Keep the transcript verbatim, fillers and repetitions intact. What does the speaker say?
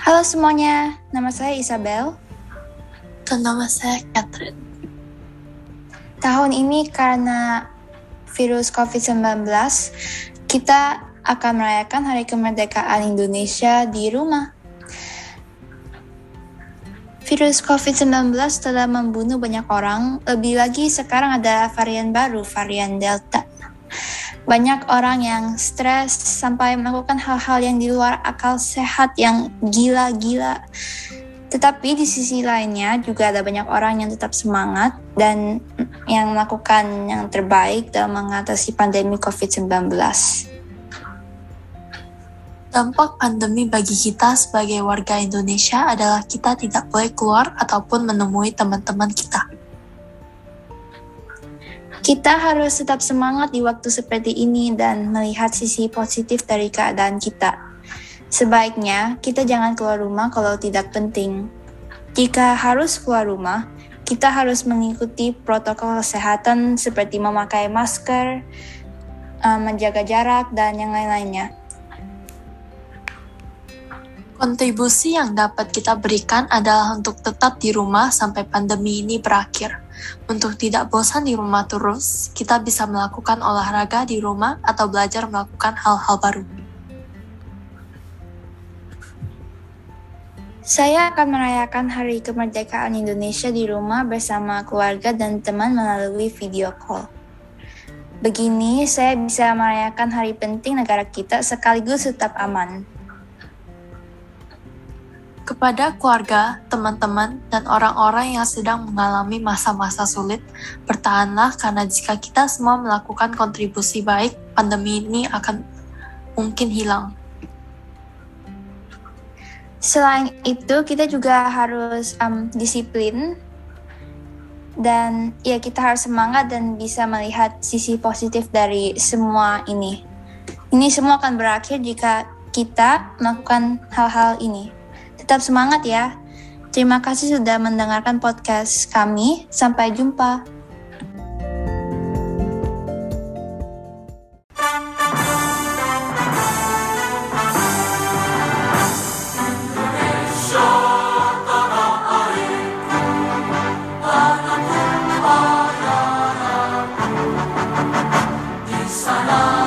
Halo semuanya, nama saya Isabel. Dan nama saya Catherine. Tahun ini karena virus covid sembilan belas, kita akan merayakan Hari Kemerdekaan Indonesia di rumah. Virus covid sembilan belas telah membunuh banyak orang, lebih lagi sekarang ada varian baru, varian Delta. Banyak orang yang stres sampai melakukan hal-hal yang di luar akal sehat yang gila-gila. Tetapi di sisi lainnya juga ada banyak orang yang tetap semangat dan yang melakukan yang terbaik dalam mengatasi pandemi covid sembilan belas. Dampak pandemi bagi kita sebagai warga Indonesia adalah kita tidak boleh keluar ataupun menemui teman-teman kita. Kita harus tetap semangat di waktu seperti ini dan melihat sisi positif dari keadaan kita. Sebaiknya kita jangan keluar rumah kalau tidak penting. Jika harus keluar rumah, kita harus mengikuti protokol kesehatan seperti memakai masker, menjaga jarak, dan yang lain-lainnya. Kontribusi yang dapat kita berikan adalah untuk tetap di rumah sampai pandemi ini berakhir. Untuk tidak bosan di rumah terus, kita bisa melakukan olahraga di rumah atau belajar melakukan hal-hal baru. Saya akan merayakan Hari Kemerdekaan Indonesia di rumah bersama keluarga dan teman melalui video call. Begini, saya bisa merayakan hari penting negara kita sekaligus tetap aman. Kepada keluarga, teman-teman, dan orang-orang yang sedang mengalami masa-masa sulit, bertahanlah karena jika kita semua melakukan kontribusi baik, pandemi ini akan mungkin hilang. Selain itu, kita juga harus um, disiplin dan ya kita harus semangat dan bisa melihat sisi positif dari semua ini. Ini semua akan berakhir jika kita melakukan hal-hal ini. Tetap semangat ya. Terima kasih sudah mendengarkan podcast kami. Sampai jumpa. Di sana